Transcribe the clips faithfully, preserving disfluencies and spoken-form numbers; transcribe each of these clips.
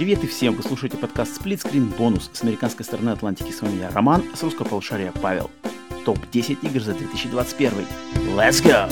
Привет и всем! Вы слушаете подкаст Split Screen Bonus с американской стороны Атлантики. С вами я, Роман, а с русского полушария Павел. топ десять игр за две тысячи двадцать первый. Let's go!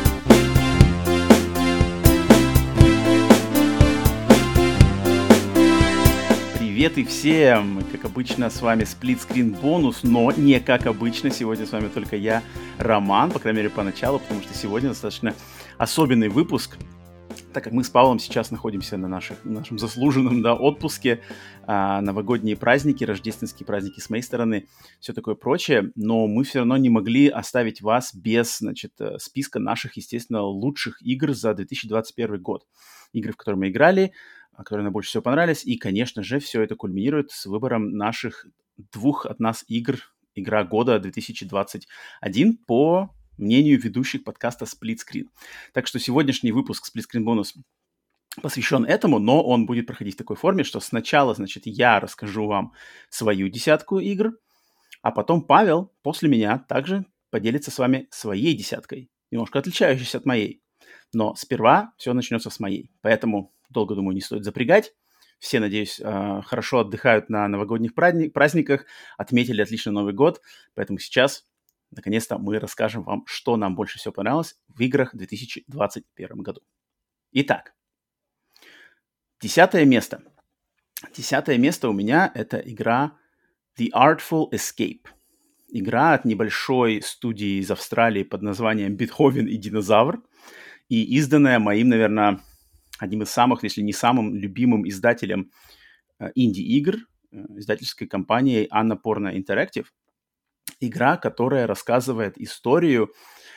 Привет и всем! Как обычно, с вами Split Screen Bonus, но не как обычно. Сегодня с вами только я, Роман, по крайней мере, поначалу, потому что сегодня достаточно особенный выпуск, так как мы с Павлом сейчас находимся на наших, нашем заслуженном да, отпуске, а, новогодние праздники, рождественские праздники с моей стороны, все такое прочее, но мы все равно не могли оставить вас без, значит, списка наших, естественно, лучших игр за две тысячи двадцать первый год. Игры, в которые мы играли, которые нам больше всего понравились, и, конечно же, все это кульминирует с выбором наших двух от нас игр, игра года две тысячи двадцать один по мнению ведущих подкаста Split Screen. Так что сегодняшний выпуск Split Screen Bonus посвящен этому, но он будет проходить в такой форме, что сначала, значит, я расскажу вам свою десятку игр, а потом Павел после меня также поделится с вами своей десяткой, немножко отличающейся от моей. Но сперва все начнется с моей, поэтому долго, думаю, не стоит запрягать. Все, надеюсь, хорошо отдыхают на новогодних праздниках, отметили отличный Новый год, поэтому сейчас наконец-то мы расскажем вам, что нам больше всего понравилось в играх в две тысячи двадцать первом году. Итак, десятое место. Десятое место у меня – это игра The Artful Escape. Игра от небольшой студии из Австралии под названием «Бетховен и динозавр» и изданная моим, наверное, одним из самых, если не самым любимым издателем инди-игр, издательской компанией Annapurna Interactive. Игра, которая рассказывает историю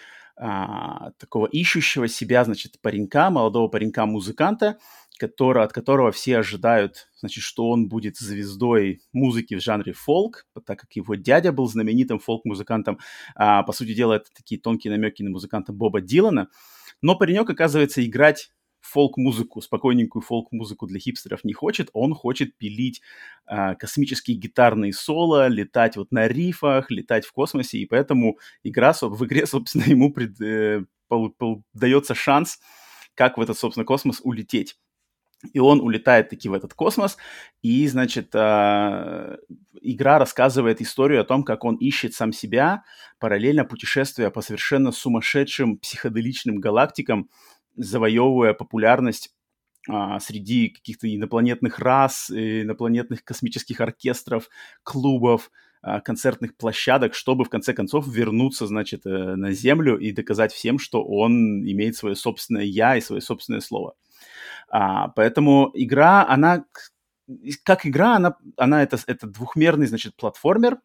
а, такого ищущего себя, значит, паренька, молодого паренька-музыканта, который, от которого все ожидают, значит, что он будет звездой музыки в жанре фолк, так как его дядя был знаменитым фолк-музыкантом. А, по сути дела, это такие тонкие намеки на музыканта Боба Дилана. Но паренек, оказывается, играть фолк-музыку, спокойненькую фолк-музыку для хипстеров не хочет, он хочет пилить э, космические гитарные соло, летать вот на рифах, летать в космосе, и поэтому игра, в игре, собственно, ему пред, э, пол, пол, дается шанс, как в этот, собственно, космос улететь. И он улетает таки в этот космос, и, значит, э, игра рассказывает историю о том, как он ищет сам себя, параллельно путешествуя по совершенно сумасшедшим психоделичным галактикам, завоевывая популярность а, среди каких-то инопланетных рас, инопланетных космических оркестров, клубов, а, концертных площадок, чтобы в конце концов вернуться, значит, на Землю и доказать всем, что он имеет свое собственное «я» и свое собственное слово. А, поэтому игра, она, как игра, она, она это, это двухмерный, значит, платформер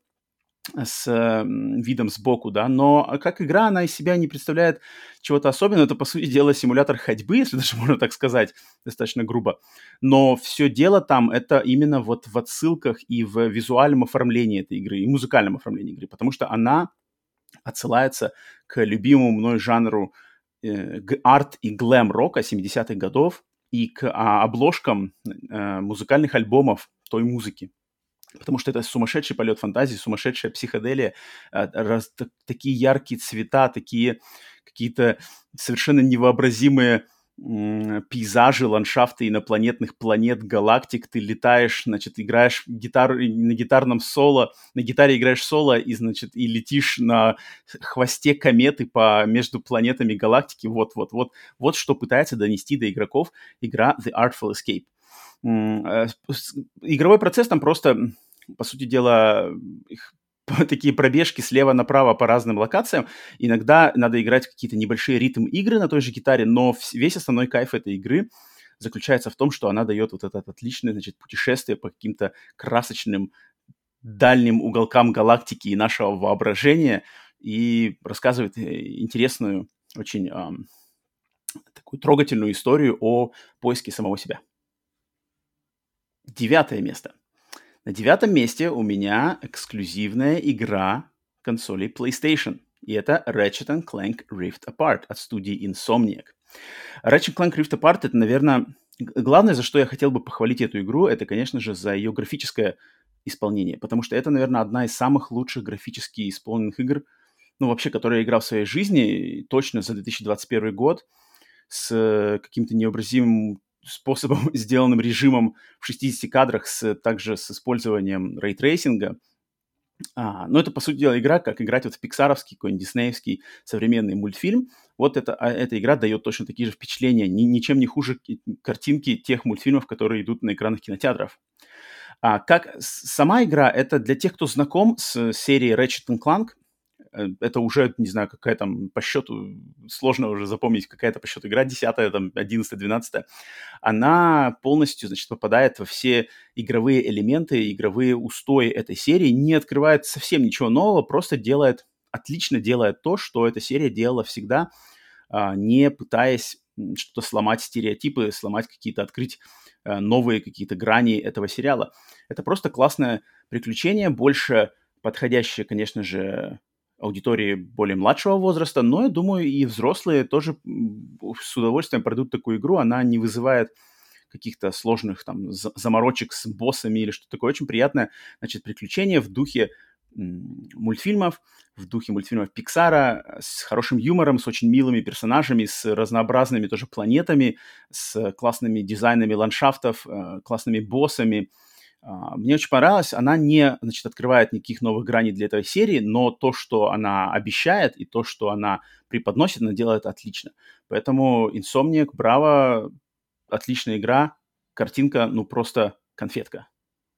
с э, видом сбоку, да, но как игра она из себя не представляет чего-то особенного. Это, по сути дела, симулятор ходьбы, если даже можно так сказать, достаточно грубо. Но все дело там это именно вот в отсылках и в визуальном оформлении этой игры, и музыкальном оформлении игры, потому что она отсылается к любимому мной жанру э, арт и глэм-рока семидесятых годов и к а, обложкам э, музыкальных альбомов той музыки. Потому что это сумасшедший полет фантазии, сумасшедшая психоделия, раз, так, такие яркие цвета, такие какие-то совершенно невообразимые м, пейзажи, ландшафты инопланетных планет, галактик. Ты летаешь, значит, играешь гитару, на гитарном соло, на гитаре играешь соло и, значит, и летишь на хвосте кометы по между планетами галактики. Вот-вот-вот. Вот что пытается донести до игроков игра The Artful Escape. Игровой процесс там просто, по сути дела, такие пробежки слева направо по разным локациям. Иногда надо играть какие-то небольшие ритм-игры на той же гитаре, но весь основной кайф этой игры заключается в том, что она дает вот это отличное, значит, путешествие по каким-то красочным дальним уголкам галактики и нашего воображения и рассказывает интересную, очень эм, такую трогательную историю о поиске самого себя. Девятое место. На девятом месте у меня эксклюзивная игра консолей PlayStation. И это Ratchet and Clank Rift Apart от студии Insomniac. Ratchet and Clank Rift Apart — это, наверное, главное, за что я хотел бы похвалить эту игру, это, конечно же, за ее графическое исполнение. Потому что это, наверное, одна из самых лучших графически исполненных игр, ну, вообще, которые я играл в своей жизни, точно за две тысячи двадцать первый год, с каким-то невообразимым способом, сделанным режимом в шестидесяти кадрах, с, также с использованием рейтрейсинга. А, но это, по сути дела, игра, как играть вот в пиксаровский, какой-нибудь диснеевский современный мультфильм. Вот это, а, эта игра дает точно такие же впечатления, ни, ничем не хуже картинки тех мультфильмов, которые идут на экранах кинотеатров. А, как сама игра, это для тех, кто знаком с серией Ratchet and Clank. Это уже, не знаю, какая там по счету, сложно уже запомнить, какая-то по счету игра, десятая, там, одиннадцатая, двенадцатая. Она полностью, значит, попадает во все игровые элементы, игровые устои этой серии, не открывает совсем ничего нового, просто делает, отлично делает то, что эта серия делала всегда, не пытаясь что-то сломать стереотипы, сломать какие-то, открыть новые какие-то грани этого сериала. Это просто классное приключение, больше подходящее, конечно же, аудитории более младшего возраста, но, я думаю, и взрослые тоже с удовольствием пройдут такую игру. Она не вызывает каких-то сложных там заморочек с боссами или что-то такое. Очень приятное, значит, приключение в духе мультфильмов, в духе мультфильмов Пиксара, с хорошим юмором, с очень милыми персонажами, с разнообразными тоже планетами, с классными дизайнами ландшафтов, классными боссами. Мне очень понравилось. Она не, значит, открывает никаких новых граней для этой серии, но то, что она обещает, и то, что она преподносит, она делает отлично. Поэтому Insomniac, браво, отличная игра, картинка, ну, просто конфетка.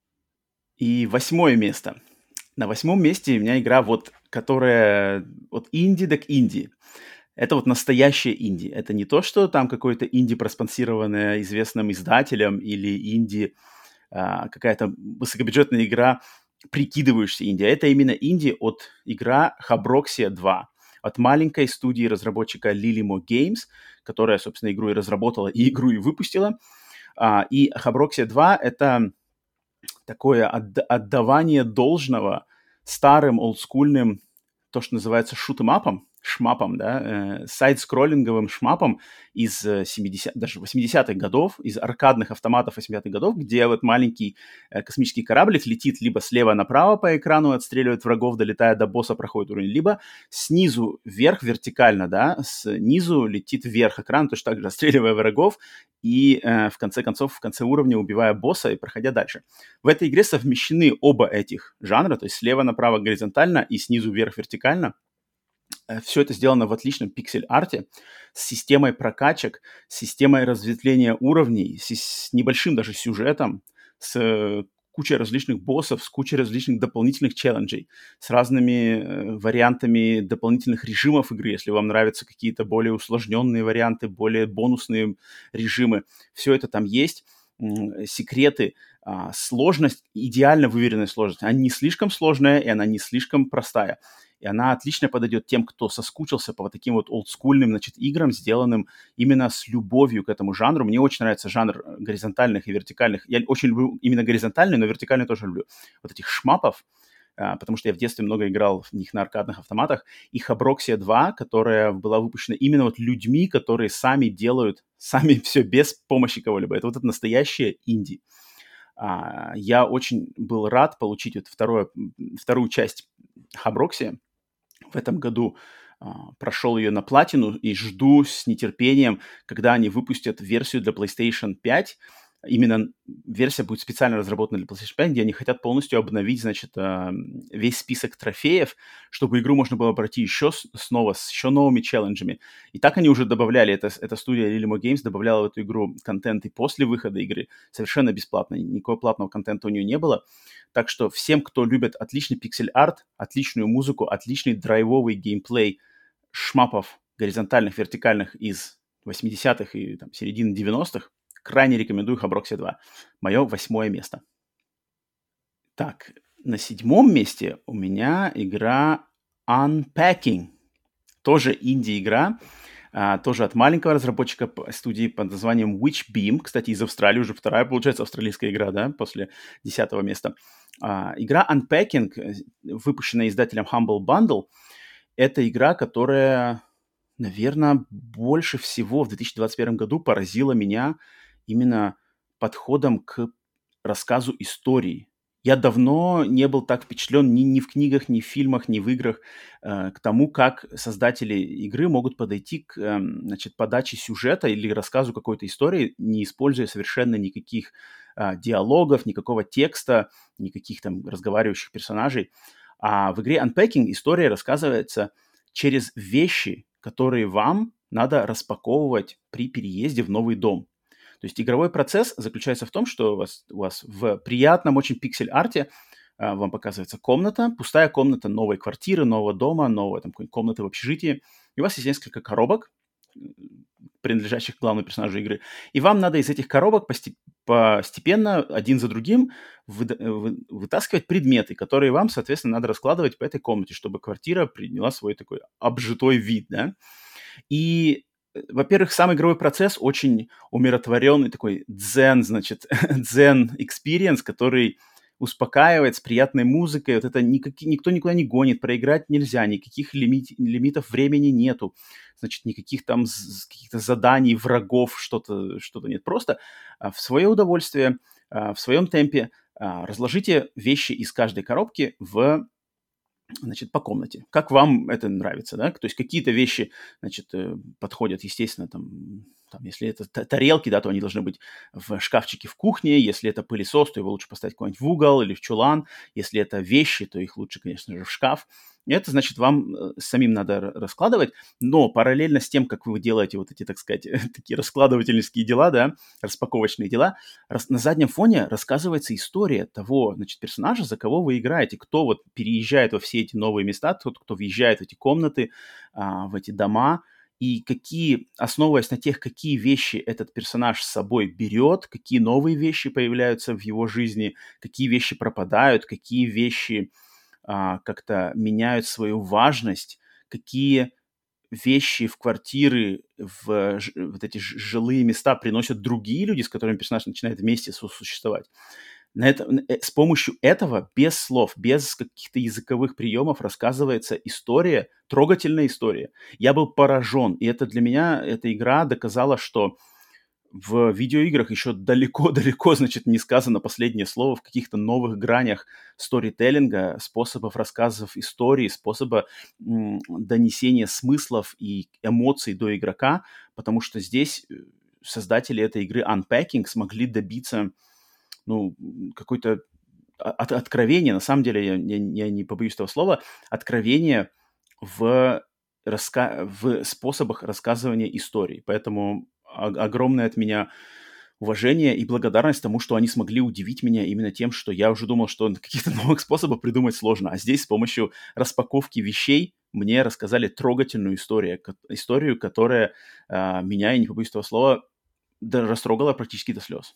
И восьмое место. На восьмом месте у меня игра, вот, которая вот инди так инди. Это вот настоящее инди. Это не то, что там какое-то инди, проспонсированное известным издателем, или инди, а, какая-то высокобюджетная игра, прикидываешься инди. Это именно инди от игра Habroxia два. От маленькой студии разработчика Lilimo Games, которая, собственно, игру и разработала, и игру и выпустила. А, и Habroxia два — это такое отд- отдавание должного старым олдскульным, то, что называется шутэмапом, шмапом, да, э, сайд-скроллинговым шмапом из э, семидесятых, даже восьмидесятых годов, из аркадных автоматов восьмидесятых годов, где вот маленький э, космический кораблик летит либо слева направо по экрану, отстреливает врагов, долетая до босса, проходит уровень, либо снизу вверх, вертикально, да, снизу летит вверх экран, точно так же отстреливая врагов и э, в конце концов, в конце уровня убивая босса и проходя дальше. В этой игре совмещены оба этих жанра, то есть слева направо горизонтально и снизу вверх вертикально. Все это сделано в отличном пиксель-арте, с системой прокачек, с системой разветвления уровней, с, с небольшим даже сюжетом, с кучей различных боссов, с кучей различных дополнительных челленджей, с разными э, вариантами дополнительных режимов игры, если вам нравятся какие-то более усложненные варианты, более бонусные режимы. Все это там есть. М- секреты, а, сложность, идеально выверенная сложность. Она не слишком сложная, и она не слишком простая. И она отлично подойдет тем, кто соскучился по вот таким вот олдскульным, значит, играм, сделанным именно с любовью к этому жанру. Мне очень нравится жанр горизонтальных и вертикальных. Я очень люблю именно горизонтальные, но вертикальные тоже люблю. Вот этих шмапов, а, потому что я в детстве много играл в них на аркадных автоматах. И Habroxia два, которая была выпущена именно вот людьми, которые сами делают, сами все без помощи кого-либо. Это вот это настоящее инди. А, я очень был рад получить вот второе, вторую часть Habroxia. В этом году а, прошел ее на платину и жду с нетерпением, когда они выпустят версию для PlayStation пять. Именно версия будет специально разработана для PlayStation пять, где они хотят полностью обновить, значит, а, весь список трофеев, чтобы игру можно было пройти еще с, снова с еще новыми челленджами. И так они уже добавляли, это, эта студия Lilimo Games добавляла в эту игру контент и после выхода игры совершенно бесплатно. Никакого платного контента у нее не было. Так что всем, кто любит отличный пиксель-арт, отличную музыку, отличный драйвовый геймплей шмапов горизонтальных, вертикальных из восьмидесятых и там, середины девяностых, крайне рекомендую Habroxia два. Мое восьмое место. Так, на седьмом месте у меня игра Unpacking. Тоже инди-игра. Uh, тоже от маленького разработчика студии под названием Witchbeam. Кстати, из Австралии уже вторая, получается, австралийская игра, да, после десятого места. Uh, игра Unpacking, выпущенная издателем Humble Bundle, это игра, которая, наверное, больше всего в две тысячи двадцать первом году поразила меня именно подходом к рассказу истории. Я давно не был так впечатлен ни, ни в книгах, ни в фильмах, ни в играх э, к тому, как создатели игры могут подойти к эм, значит, подаче сюжета или рассказу какой-то истории, не используя совершенно никаких а, диалогов, никакого текста, никаких там разговаривающих персонажей. А в игре Unpacking история рассказывается через вещи, которые вам надо распаковывать при переезде в новый дом. То есть игровой процесс заключается в том, что у вас, у вас в приятном очень пиксель-арте а, вам показывается комната, пустая комната новой квартиры, нового дома, новой там, какой-нибудь комнаты в общежитии. И у вас есть несколько коробок, м, принадлежащих главному персонажу игры. И вам надо из этих коробок посте- постепенно, один за другим, выда- э, вы- вытаскивать предметы, которые вам, соответственно, надо раскладывать по этой комнате, чтобы квартира приняла свой такой обжитой вид, да. И, э, во-первых, сам игровой процесс очень умиротворенный, такой дзен, значит, дзен experience, который успокаивает с приятной музыкой. Вот это никаки, никто никуда не гонит, проиграть нельзя, никаких лимит, лимитов времени нету, значит, никаких там з- каких-то заданий, врагов, что-то что нет. Просто а, в свое удовольствие, а, в своем темпе а, разложите вещи из каждой коробки в значит, по комнате. Как вам это нравится, да? То есть какие-то вещи, значит, э, подходят, естественно, там, там, если это та- тарелки, да, то они должны быть в шкафчике в кухне. Если это пылесос, то его лучше поставить куда-нибудь в угол или в чулан. Если это вещи, то их лучше, конечно же, в шкаф. И это, значит, вам э, самим надо р- раскладывать, но параллельно с тем, как вы делаете вот эти, так сказать, такие раскладывательские дела, да, распаковочные дела, рас- на заднем фоне рассказывается история того, значит, персонажа, за кого вы играете, кто вот переезжает во все эти новые места, тот, кто въезжает в эти комнаты, а, в эти дома, и какие, основываясь на тех, какие вещи этот персонаж с собой берет, какие новые вещи появляются в его жизни, какие вещи пропадают, какие вещи а, как-то меняют свою важность, какие вещи в квартиры, в ж- вот эти ж- жилые места приносят другие люди, с которыми персонаж начинает вместе сосуществовать. На это, н- э, с помощью этого, без слов, без каких-то языковых приемов рассказывается история, трогательная история. Я был поражен, и это для меня, эта игра доказала, что в видеоиграх еще далеко-далеко, значит, не сказано последнее слово в каких-то новых гранях сторителлинга, способов рассказов истории, способа м, донесения смыслов и эмоций до игрока, потому что здесь э, создатели этой игры Unpacking смогли добиться, ну, м, какой-то от, откровения, на самом деле, я, я, я не побоюсь этого слова, откровения в, раска... в способах рассказывания историй. Поэтому о- огромное от меня уважение и благодарность тому, что они смогли удивить меня именно тем, что я уже думал, что каких-то новых способов придумать сложно. А здесь с помощью распаковки вещей мне рассказали трогательную историю, ко- историю, которая а, меня, я не побоюсь этого слова, да, растрогала практически до слез.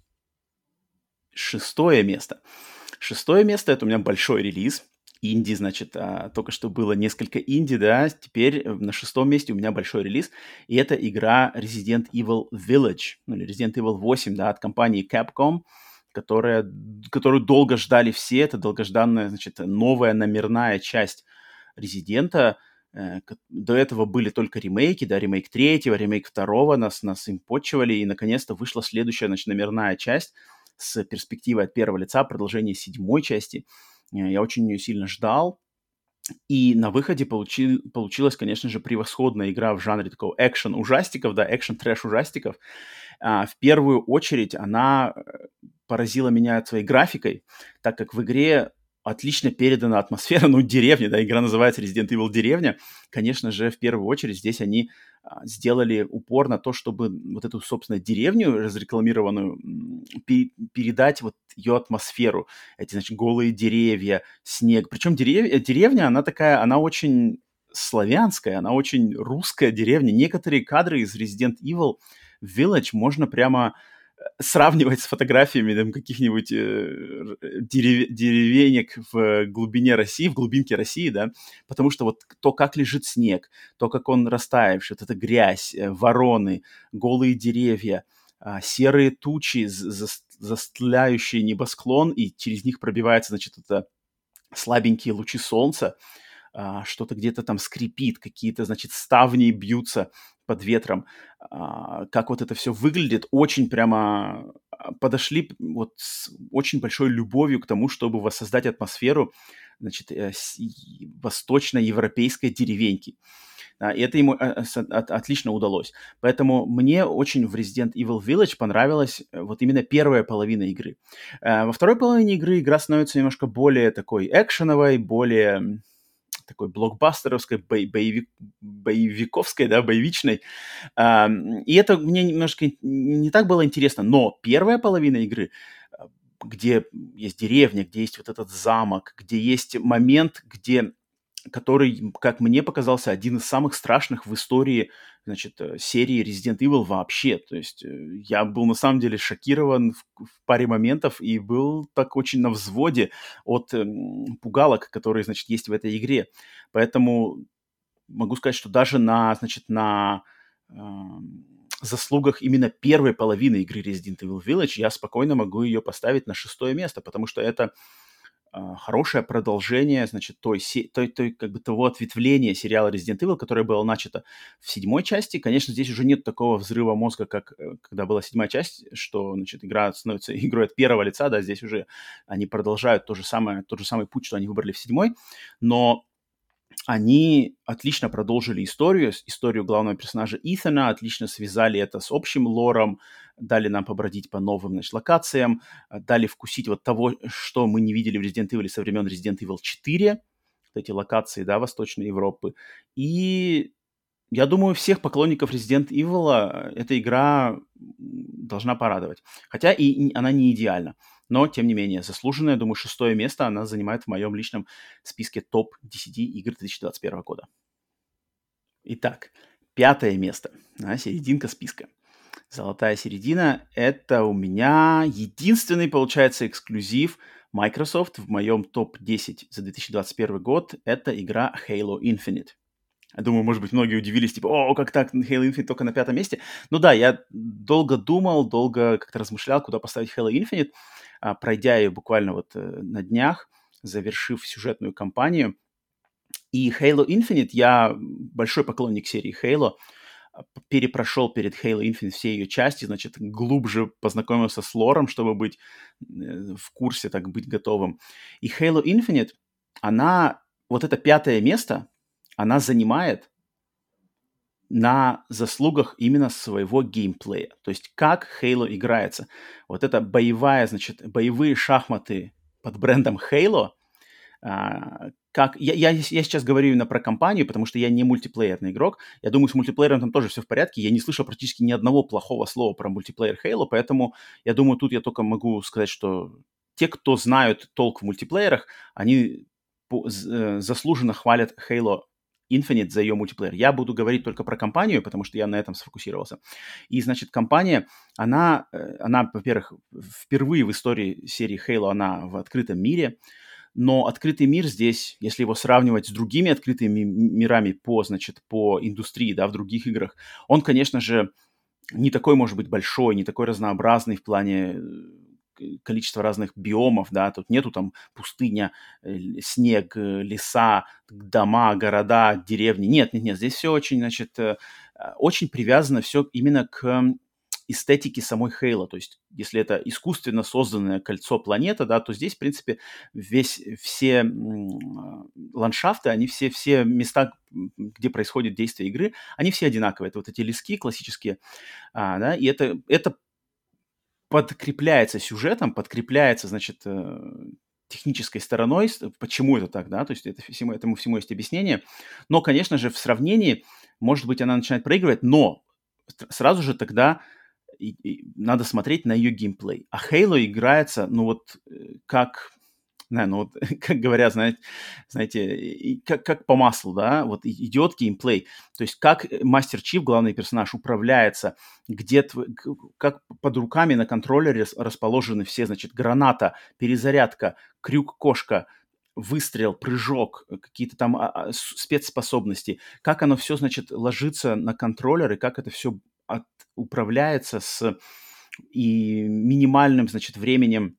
Шестое место. Шестое место — это у меня большой релиз. Инди, значит, а, только что было несколько инди, да, теперь э, на шестом месте у меня большой релиз, и это игра Resident Evil Village, ну или Resident Evil восемь, да, от компании Capcom, которая, которую долго ждали все, это долгожданная, значит, новая номерная часть Резидента. Э, ко- До этого были только ремейки, да, ремейк третьего, ремейк второго, нас, нас им почивали, и наконец-то вышла следующая, значит, номерная часть с перспективой от первого лица, продолжение седьмой части. Э, Я очень ее сильно ждал. И на выходе получи, получилась, конечно же, превосходная игра в жанре такого экшен-ужастиков, да, экшен-трэш-ужастиков. А, в первую очередь она э, поразила меня своей графикой, так как в игре отлично передана атмосфера, ну, деревни, да, игра называется Resident Evil Деревня. Конечно же, в первую очередь здесь они а, сделали упор на то, чтобы вот эту, собственно, деревню разрекламированную м, пе- передать вот ее атмосферу. Эти, значит, голые деревья, снег. Причем дерев... деревня, она такая, она очень славянская, она очень русская деревня. Некоторые кадры из Resident Evil Village можно прямо сравнивать с фотографиями там, каких-нибудь э, р- дерев- деревенек в глубине России, в глубинке России, да, потому что вот то, как лежит снег, то, как он растаявший, вот эта грязь, э, вороны, голые деревья, а, серые тучи, з- зас- застилающие небосклон, и через них пробивается, значит, это слабенькие лучи солнца, а, что-то где-то там скрипит, какие-то, значит, ставни бьются под ветром. А, как вот это все выглядит, очень прямо подошли вот с очень большой любовью к тому, чтобы воссоздать атмосферу, значит, э, с- и- восточноевропейской деревеньки. А, и это ему э, с- от- отлично удалось. Поэтому мне очень в Resident Evil Village понравилась э, вот именно первая половина игры. Э, Во второй половине игры игра становится немножко более такой экшеновой, более м, такой блокбастеровской, бой- боевик- боевиковской, да, боевичной. Ам, и это мне немножко не так было интересно, но первая половина игры, а, где есть деревня, где есть вот этот замок, где есть момент, где который, как мне показался, один из самых страшных в истории, значит, э, серии Resident Evil вообще. То есть э, я был на самом деле шокирован в, в паре моментов и был так очень на взводе от эм, пугалок, которые, значит, есть в этой игре. Поэтому могу сказать, что даже на, значит, на ам, заслугах именно первой половины игры Resident Evil Village я спокойно могу ее поставить на шестое место, потому что это а, хорошее продолжение, значит, той, се- той, той, как бы того ответвления сериала Resident Evil, которое было начато в седьмой части. Конечно, здесь уже нет такого взрыва мозга, как э, когда была седьмая часть, что, значит, игра становится игрой от первого лица, да, здесь уже они продолжают то же самое, тот же самый путь, что они выбрали в седьмой, но они отлично продолжили историю, с- историю главного персонажа Итана, отлично связали это с общим лором, дали нам побродить по новым, значит, локациям, а, дали вкусить вот того, что мы не видели в Resident Evil со времен Resident Evil четыре, вот эти локации, да, Восточной Европы. И я думаю, всех поклонников Resident Evil э, эта игра м, должна порадовать. Хотя и и она не идеальна. Но, тем не менее, заслуженное, думаю, шестое место она занимает в моем личном списке топ десять игр две тысячи двадцать первого года. Итак, пятое место. А, серединка списка. Золотая середина– это у меня единственный, получается, эксклюзив Microsoft в моем топ десять за две тысячи двадцать первый год. Это игра Halo Infinite. Я думаю, может быть, многие удивились, типа, о, как так, Halo Infinite только на пятом месте. Ну да, я долго думал, долго как-то размышлял, куда поставить Halo Infinite, а, пройдя ее буквально вот э, на днях, завершив сюжетную кампанию. И Halo Infinite, я большой поклонник серии Halo, а, п- перепрошел перед Halo Infinite все ее части, значит, глубже познакомился с лором, чтобы быть э, в курсе, так быть готовым. И Halo Infinite, она, вот это пятое место, она занимает на заслугах именно своего геймплея. То есть как Halo играется. Вот это боевая, значит, боевые шахматы под брендом Halo. а, как... я, я, я сейчас говорю именно про компанию, потому что я не мультиплеерный игрок. Я думаю, с мультиплеером там тоже все в порядке. Я не слышал практически ни одного плохого слова про мультиплеер Halo, поэтому я думаю, тут я только могу сказать, что те, кто знают толк в мультиплеерах, они по- з- э, заслуженно хвалят Halo Infinite за ее мультиплеер. Я буду говорить только про компанию, потому что я на этом сфокусировался. И, значит, компания, она, э, она, во-первых, впервые в истории серии Halo, она в открытом мире, но открытый мир здесь, если его сравнивать с другими открытыми м- мирами по, значит, по индустрии, да, в других играх, он, конечно же, не такой, может быть, большой, не такой разнообразный в плане э, к- количества разных биомов, да, тут нету там пустыня, э, л- снег, э, леса, дома, города, деревни. Нет, нет, нет, здесь все очень, значит, э, э, очень привязано все именно к м, эстетике самой Хейла. То есть, если это искусственно созданное кольцо планета, да, то здесь, в принципе, весь, все м, э, ландшафты, они все, все места, м, где происходит действие игры, они все одинаковые. Это вот эти лески классические, а, да, и это, это подкрепляется сюжетом, подкрепляется, значит, э, технической стороной, с- почему это так, да, то есть это всему, этому всему есть объяснение. Но, конечно же, в сравнении, может быть, она начинает проигрывать, но ст- сразу же тогда и- и надо смотреть на ее геймплей. А Halo играется, ну вот, э, как да, ну вот, как говорят, знаете, знаете, и как, как по маслу, да, вот и- идет геймплей. То есть как э, Мастер Чиф, главный персонаж, управляется, где, тв- к- как под руками на контроллере с- расположены все, значит, граната, перезарядка, крюк-кошка, выстрел, прыжок, э, какие-то там а, а, с- спецспособности, как оно все, значит, ложится на контроллер и как это все управляется с и минимальным, значит, временем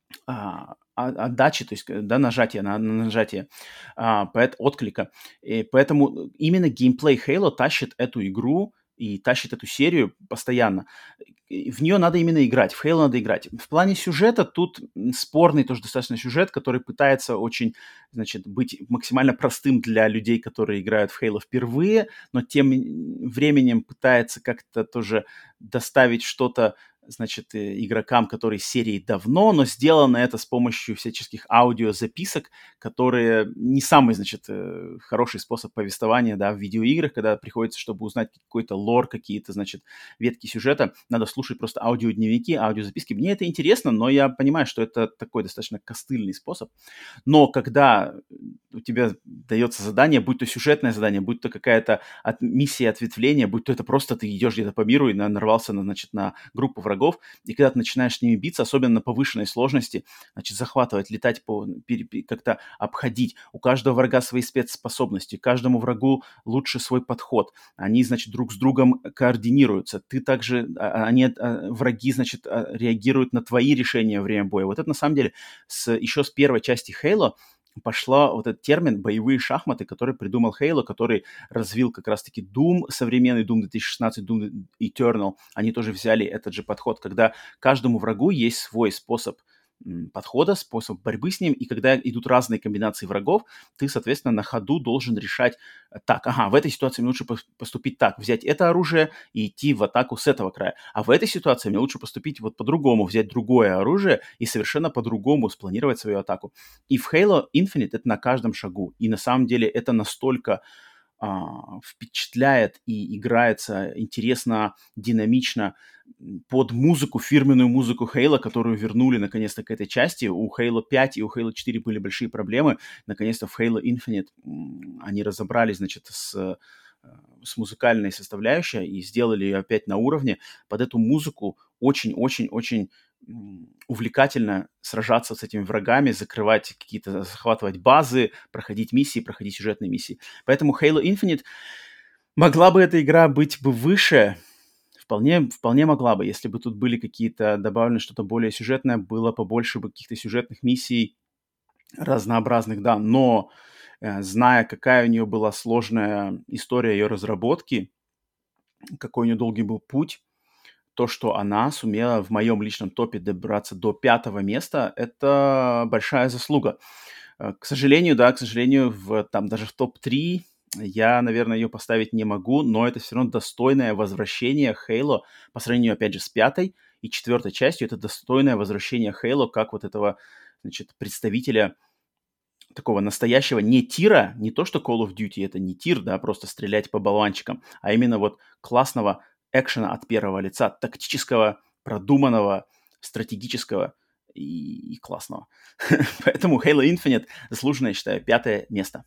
а, а, отдачи, то есть, э, да, нажатия на, на нажатие, а, поэт, отклика. И поэтому именно геймплей Halo тащит эту игру и тащит эту серию постоянно. в нее надо именно играть, в Halo надо играть. В плане сюжета тут спорный тоже достаточно сюжет, который пытается очень, значит, быть максимально простым для людей, которые играют в Halo впервые, но тем временем пытается как-то тоже доставить что-то, значит, игрокам, которые с серией давно, но сделано это с помощью всяческих аудиозаписок, которые не самый, значит, хороший способ повествования, да, в видеоиграх, когда приходится, чтобы узнать какой-то лор, какие-то, значит, ветки сюжета, надо слушать просто аудиодневники, аудиозаписки. Мне это интересно, но я понимаю, что это такой достаточно костыльный способ. Но когда у тебя дается задание, будь то сюжетное задание, будь то какая-то от, миссия ответвления, будь то это просто ты идешь где-то по миру и на, нарвался на, значит, на группу врагов, и когда ты начинаешь с ними биться, особенно на повышенной сложности, значит, захватывать, летать, по, пере, как-то обходить. У каждого врага свои спецспособности, каждому врагу лучше свой подход. Они, значит, друг с другом координируются. Ты также, они, враги, значит, реагируют на твои решения во время боя. Вот это, на самом деле, с, еще с первой части Halo пошла вот этот термин «боевые шахматы», который придумал Halo, который развил как раз-таки Doom, современный Doom две тысячи шестнадцать, Doom Eternal. Они тоже взяли этот же подход, когда каждому врагу есть свой способ подхода, способ борьбы с ним, и когда идут разные комбинации врагов, ты, соответственно, на ходу должен решать, так, ага, в этой ситуации мне лучше поступить так, взять это оружие и идти в атаку с этого края, а в этой ситуации мне лучше поступить вот по-другому, взять другое оружие и совершенно по-другому спланировать свою атаку. И в Halo Infinite это на каждом шагу, и на самом деле это настолько а, впечатляет и играется интересно, динамично под музыку, фирменную музыку Halo, которую вернули наконец-то к этой части. У Halo пять и у Halo четыре были большие проблемы. Наконец-то в Halo Infinite они разобрались, значит, с, с музыкальной составляющей и сделали ее опять на уровне. Под эту музыку очень-очень-очень увлекательно сражаться с этими врагами, закрывать какие-то, захватывать базы, проходить миссии, проходить сюжетные миссии. Поэтому Halo Infinite могла бы эта игра быть бы выше, вполне, вполне могла бы, если бы тут были какие-то добавлены что-то более сюжетное, было побольше бы каких-то сюжетных миссий разнообразных, да, но э, зная, какая у нее была сложная история ее разработки, какой у нее долгий был путь, то, что она сумела в моем личном топе добраться до пятого места, это большая заслуга. К сожалению, да, к сожалению, в, там даже в топ три я, наверное, ее поставить не могу, но это все равно достойное возвращение Halo по сравнению, опять же, с пятой и четвертой частью. Это достойное возвращение Halo как вот этого, значит, представителя такого настоящего не тира, не то, что Call of Duty, это не тир, да, просто стрелять по болванчикам, а именно вот классного экшена от первого лица, тактического, продуманного, стратегического и, и классного. Поэтому Halo Infinite заслуженно, я считаю, пятое место.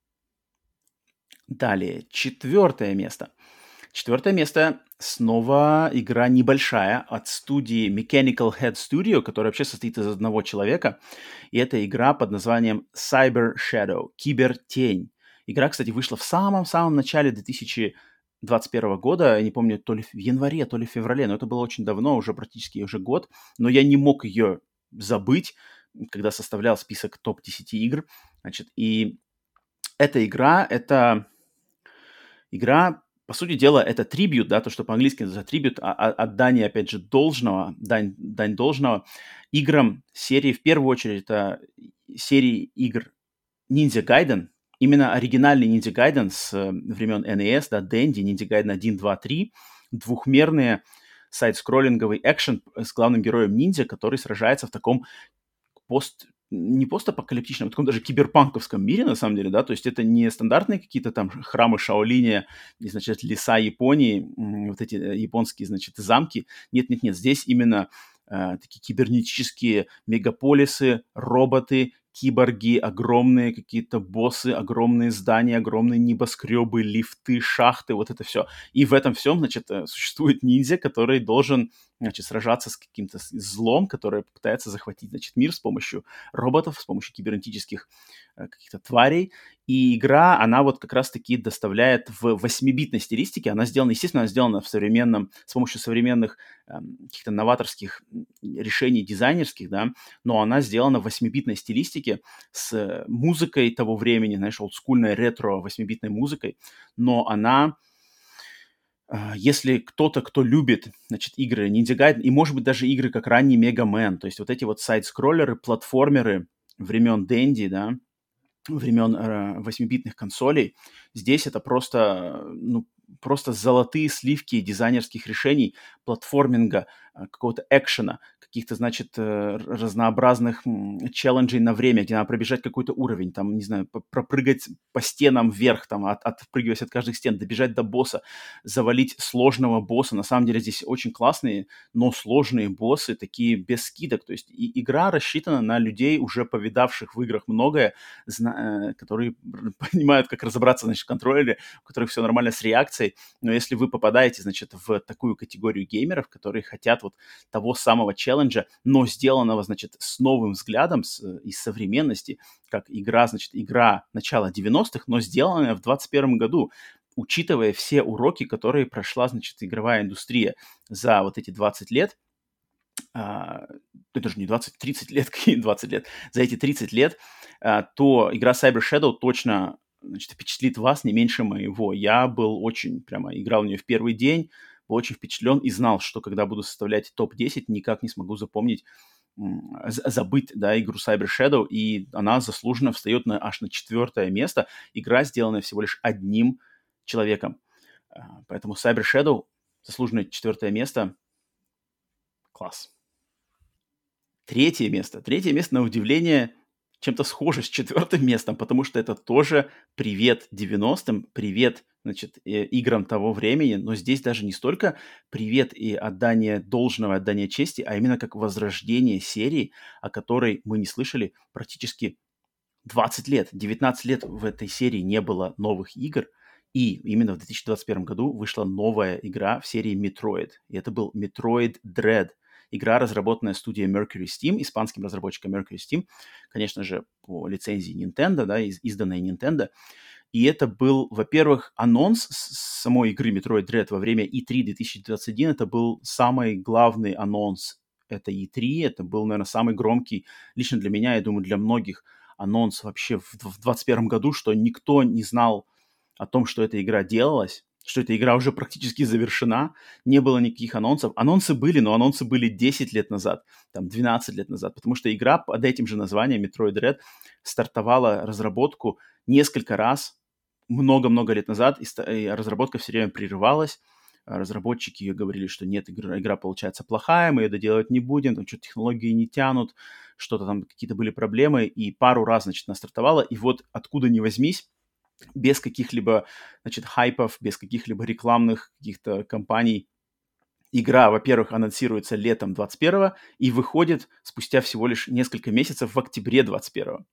Далее, четвертое место. Четвертое место снова игра небольшая от студии Mechanical Head Studio, которая вообще состоит из одного человека. И это игра под названием Cyber Shadow, Кибертень. Игра, кстати, вышла в самом-самом начале две тысячи двадцать первого года, я не помню, то ли в январе, то ли в феврале, но это было очень давно, уже практически уже год, но я не мог ее забыть, когда составлял список топ десять игр, значит, и эта игра, это игра, по сути дела, это трибют, да, то, что по-английски называется трибют, а, а, отдание, опять же, должного, дань, дань должного играм серии, в первую очередь, это серии игр Ninja Gaiden, именно оригинальный Ninja Gaiden с времен эн и эс, да, Dendy, Ninja Gaiden один, два, три, двухмерные сайд-скроллинговый экшен с главным героем ниндзя, который сражается в таком пост... не постапокалиптичном, а таком даже киберпанковском мире, на самом деле, да, то есть это не стандартные какие-то там храмы Шаолиня, и, значит, леса Японии, вот эти японские, значит, замки. Нет-нет-нет, здесь именно э, такие кибернетические мегаполисы, роботы, киборги, огромные какие-то боссы, огромные здания, огромные небоскребы, лифты, шахты, вот это все. И в этом всем, значит, существует ниндзя, который должен, значит, сражаться с каким-то злом, которое пытается захватить, значит, мир с помощью роботов, с помощью кибернетических э, каких-то тварей. И игра, она вот как раз-таки доставляет в восьмибитной стилистике, она сделана, естественно, она сделана в современном, с помощью современных э, каких-то новаторских решений дизайнерских, да, но она сделана в восьмибитной стилистике с музыкой того времени, знаешь, олдскульной ретро восьмибитной музыкой, но она А, если кто-то, кто любит, значит, игры Ninja Gaiden и, может быть, даже игры, как ранний Mega Man, то есть вот эти вот сайд-скроллеры, платформеры времен Денди, да, времен э, восьмибитных консолей. Здесь это просто, ну, просто золотые сливки дизайнерских решений, платформинга, э, какого-то экшена, каких-то, значит, э, р- разнообразных м, челленджей на время, где надо пробежать какой-то уровень, там, не знаю, п- пропрыгать по стенам вверх, там, от, отпрыгиваясь от каждых стен, добежать до босса, завалить сложного босса. На самом деле здесь очень классные, но сложные боссы, такие без скидок. То есть и игра рассчитана на людей, уже повидавших в играх многое, зна- э, которые понимают, как разобраться, значит, в контроллере, у которых все нормально с реакцией. Но если вы попадаете, значит, в такую категорию геймеров, которые хотят вот того самого челленджа, но сделанного, значит, с новым взглядом, с, из современности, как игра, значит, игра начала девяностых, но сделанная в двадцать первом году, учитывая все уроки, которые прошла, значит, игровая индустрия за вот эти двадцать лет, а, это же не двадцать, тридцать лет, какие двадцать лет, за эти тридцать лет, а, то игра Cyber Shadow точно, значит, впечатлит вас не меньше моего. Я был очень, прямо играл в нее в первый день, был очень впечатлен и знал, что когда буду составлять топ десять, никак не смогу запомнить, м, з- забыть, да, игру Cyber Shadow, и она заслуженно встает на, аж на четвертое место. Игра, сделанная всего лишь одним человеком. А, Поэтому Cyber Shadow, заслуженное четвертое место, класс. Третье место. Третье место, на удивление, чем-то схоже с четвертым местом, потому что это тоже привет девяностым, привет, значит, э, играм того времени, но здесь даже не столько привет и отдание должного, отдание чести, а именно как возрождение серии, о которой мы не слышали практически двадцать лет. девятнадцать лет в этой серии не было новых игр, и именно в две тысячи двадцать первом году вышла новая игра в серии Metroid. И это был Metroid Dread. Игра, разработанная студией Mercury Steam, испанским разработчиком Mercury Steam, конечно же, по лицензии Nintendo, да, из- изданной Nintendo. И это был, во-первых, анонс с- самой игры Metroid Dread во время и три две тысячи двадцать один. Это был самый главный анонс этой и три. Это был, наверное, самый громкий, лично для меня, я думаю, для многих, анонс вообще в, в двадцать первом году, что никто не знал о том, что эта игра делалась, что эта игра уже практически завершена, не было никаких анонсов. Анонсы были, но анонсы были десять лет назад, там двенадцать лет назад, потому что игра под этим же названием Metroid Dread стартовала разработку несколько раз, много-много лет назад, и, ста- и разработка все время прерывалась. А разработчики говорили, что нет, игра, игра получается плохая, мы ее доделывать не будем, там что-то технологии не тянут, что-то там, какие-то были проблемы, и пару раз, значит, она стартовала, и вот откуда ни возьмись, без каких-либо, значит, хайпов, без каких-либо рекламных каких-то кампаний, игра, во-первых, анонсируется летом двадцать первого и выходит спустя всего лишь несколько месяцев в октябре двадцать первого.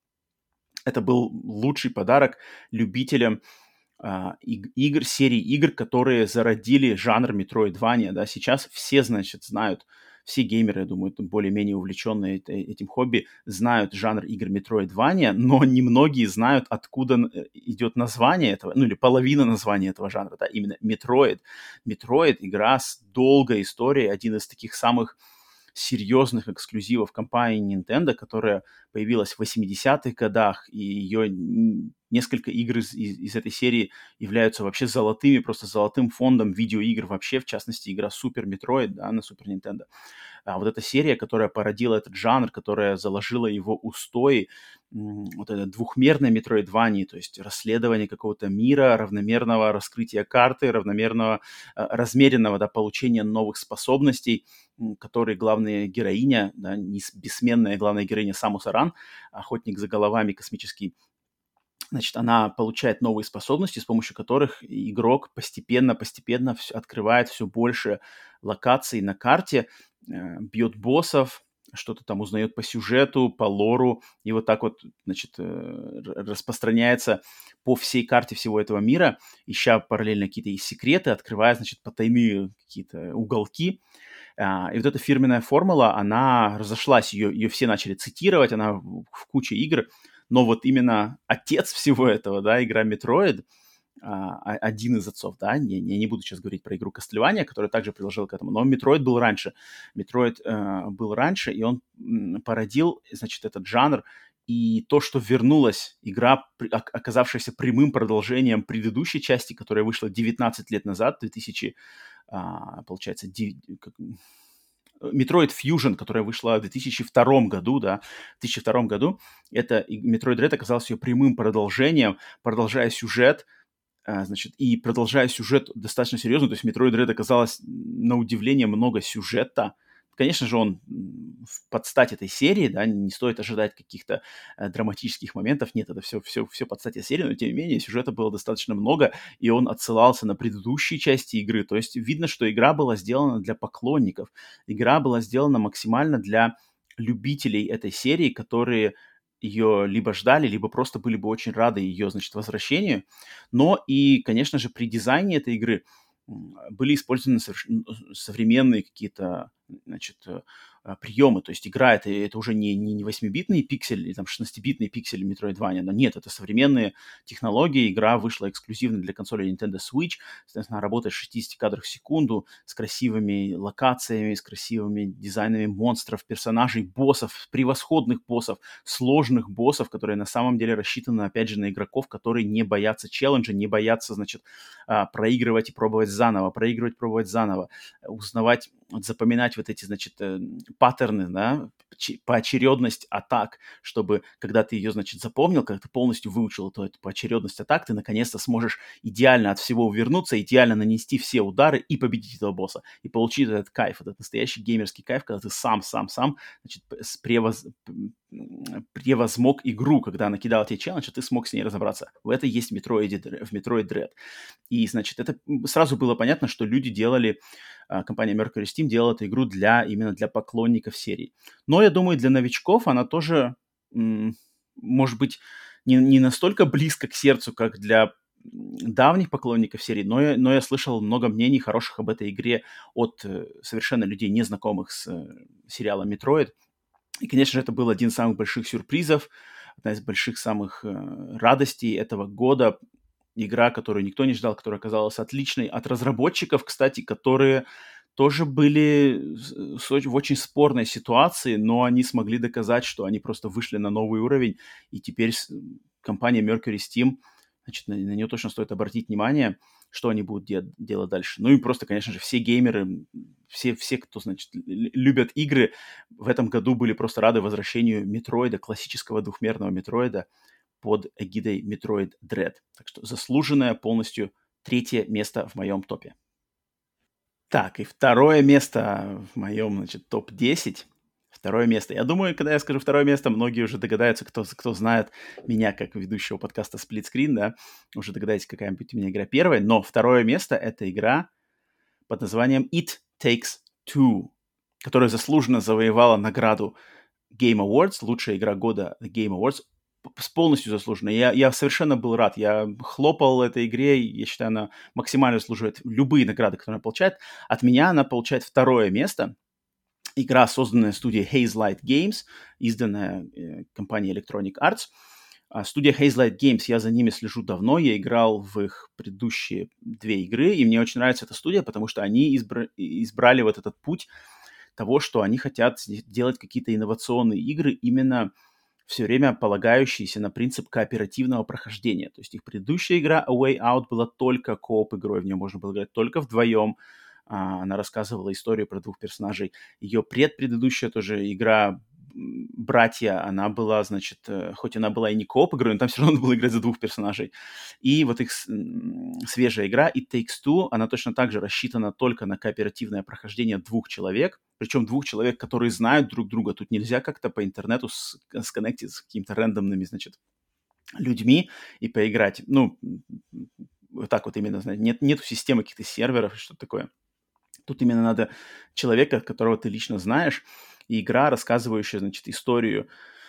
Это был лучший подарок любителям а, иг- игр, серии игр, которые зародили жанр Metroidvania, да, сейчас все, значит, знают, все геймеры, я думаю, там более-менее увлеченные эт- этим хобби, знают жанр игр Metroidvania, но немногие знают, откуда н- э, идет название этого, ну или половина названия этого жанра, да, именно Metroid. Metroid — игра с долгой историей, один из таких самых серьезных эксклюзивов компании Nintendo, которая появилась в восьмидесятых годах, и ее н- несколько игр из, из- из этой серии являются вообще золотыми, просто золотым фондом видеоигр вообще, в частности, игра Super Metroid, да, на Super Nintendo. А вот эта серия, которая породила этот жанр, которая заложила его устои, м, вот это двухмерное метроидвания, то есть расследование какого-то мира, равномерного раскрытия карты, равномерного, э, размеренного, да, получения новых способностей, м, которые главная героиня, да, нес- бессменная главная героиня Самус Аран, охотник за головами космический, значит, она получает новые способности, с помощью которых игрок постепенно-постепенно вс- открывает все больше локаций на карте, э, бьет боссов, что-то там узнает по сюжету, по лору, и вот так вот, значит, э, р- распространяется по всей карте всего этого мира, ища параллельно какие-то и секреты, открывая, значит, потайные какие-то уголки. А, И вот эта фирменная формула, она разошлась, ее, ее все начали цитировать, она в в куче игр, но вот именно отец всего этого, да, игра Metroid, а, а- один из отцов, да, не, я не буду сейчас говорить про игру Castlevania, которая также приложила к этому, но Metroid был раньше. Metroid э, был раньше, и он м, породил, значит, этот жанр, и то, что вернулась игра, оказавшаяся прямым продолжением предыдущей части, которая вышла девятнадцать лет назад, две тысячи, получается, Metroid Fusion, которая вышла в две тысячи втором году, да, в две тысячи втором году, это Metroid Dread оказался ее прямым продолжением, продолжая сюжет, а, значит, и продолжая сюжет достаточно серьезно, то есть Metroid Dread оказалось, на удивление, много сюжета. Конечно же, он под стать этой серии, да, не стоит ожидать каких-то э, драматических моментов, нет, это все, все, все под стать этой серии, но тем не менее сюжета было достаточно много, и он отсылался на предыдущие части игры, то есть видно, что игра была сделана для поклонников, игра была сделана максимально для любителей этой серии, которые ее либо ждали, либо просто были бы очень рады ее, значит, возвращению, но и, конечно же, при дизайне этой игры были использованы совершенно современные какие-то, значит, э, приемы. То есть игра это, это уже не, не, не восьмибитные пиксели или там шестнадцатибитные пиксели Metroidvania, но нет, это современные технологии. Игра вышла эксклюзивно для консоли Nintendo Switch. Соответственно, она работает в шестидесяти кадрах в секунду, с красивыми локациями, с красивыми дизайнами монстров, персонажей, боссов, превосходных боссов, сложных боссов, которые на самом деле рассчитаны, опять же, на игроков, которые не боятся челленджа, не боятся, значит, проигрывать и пробовать заново, проигрывать, пробовать заново, узнавать, запоминать вот эти, значит, паттерны, да, поочередность атак, чтобы, когда ты ее, значит, запомнил, когда ты полностью выучил эту, эту поочередность атак, ты наконец-то сможешь идеально от всего увернуться, идеально нанести все удары и победить этого босса, и получить этот кайф, этот настоящий геймерский кайф, когда ты сам, сам, сам, значит, превоз... превозмог игру, когда она кидала тебе челлендж, а ты смог с ней разобраться. В это есть в Metroid, в Metroid Dread. И, значит, это сразу было понятно, что люди делали, компания Mercury Steam делала эту игру для, именно для поклонников серии. Но, я думаю, для новичков она тоже, может быть, не, не настолько близко к сердцу, как для давних поклонников серии, но я, но я слышал много мнений хороших об этой игре от совершенно людей, незнакомых с сериалом Metroid. И, конечно же, это был один из самых больших сюрпризов, одна из больших самых э, радостей этого года. Игра, которую никто не ждал, которая оказалась отличной. От разработчиков, кстати, которые тоже были в очень спорной ситуации, но они смогли доказать, что они просто вышли на новый уровень. И теперь компания Mercury Steam, значит, на, на нее точно стоит обратить внимание, что они будут де- делать дальше. Ну и просто, конечно же, все геймеры, все, все, кто, значит, любят игры, в этом году были просто рады возвращению Метроида, классического двухмерного Метроида под эгидой Metroid Dread. Так что заслуженное полностью третье место в моем топе. Так, и второе место в моем, значит, топ десять. Второе место. Я думаю, когда я скажу второе место, многие уже догадаются, кто, кто знает меня как ведущего подкаста Split Screen, да, уже догадаетесь, какая будет у меня игра первая. Но второе место — это игра под названием It Takes Two, которая заслуженно завоевала награду Game Awards, лучшая игра года Game Awards, полностью заслуженно. Я, я совершенно был рад. Я хлопал этой игре. Я считаю, она максимально заслуживает любые награды, которые она получает. От меня она получает второе место. Игра, созданная студией Hazelight Games, изданная э, компанией Electronic Arts. А студия Hazelight Games, я за ними слежу давно. Я играл в их предыдущие две игры, и мне очень нравится эта студия, потому что они избра- избрали вот этот путь того, что они хотят делать какие-то инновационные игры именно все время полагающиеся на принцип кооперативного прохождения. То есть их предыдущая игра A Way Out была только кооп игрой, в нее можно было играть только вдвоем. Она рассказывала историю про двух персонажей. Ее предпредыдущая тоже игра «Братья», она была, значит, хоть она была и не кооп игрой, но там все равно надо было играть за двух персонажей. И вот их свежая игра It Takes Two, она точно так же рассчитана только на кооперативное прохождение двух человек, причем двух человек, которые знают друг друга. Тут нельзя как-то по интернету сконнектиться с какими-то рандомными, значит, людьми и поиграть. Ну, вот так вот именно, знаете, нет, нету системы каких-то серверов и что-то такое. Тут именно надо человека, которого ты лично знаешь, и игра, рассказывающая, значит, историю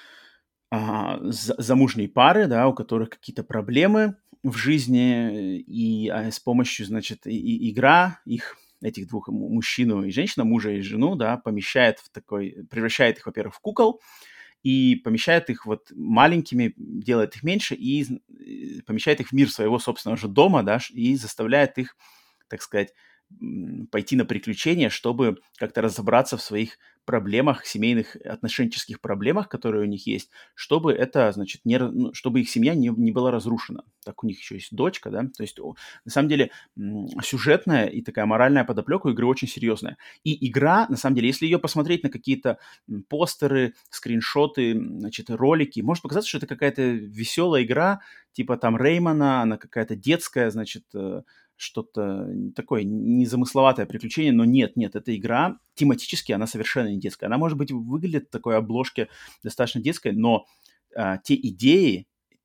а, замужней пары, да, у которых какие-то проблемы в жизни, и а, с помощью, значит, и, и игра их, этих двух, мужчину и женщину, мужа и жену, да, помещает в такой, превращает их, во-первых, в кукол, и помещает их вот маленькими, делает их меньше, и помещает их в мир своего собственного же дома, да, и заставляет их, так сказать, м, пойти на приключения, чтобы как-то разобраться в своих проблемах, семейных отношенческих проблемах, которые у них есть, чтобы это, значит, не, ра- ну, чтобы их семья не, не была разрушена. Так у них еще есть дочка, да, то есть о, на самом деле м, сюжетная и такая моральная подоплека у игры очень серьезная. И игра, на самом деле, если ее посмотреть на какие-то м, постеры, скриншоты, м, значит, ролики, может показаться, что это какая-то веселая игра, типа там Реймана, она какая-то детская, значит, э, что-то такое незамысловатое приключение, но нет, нет, эта игра тематически, она совершенно не детская. Она, может быть, выглядит в такой обложке достаточно детской, но а, те идеи,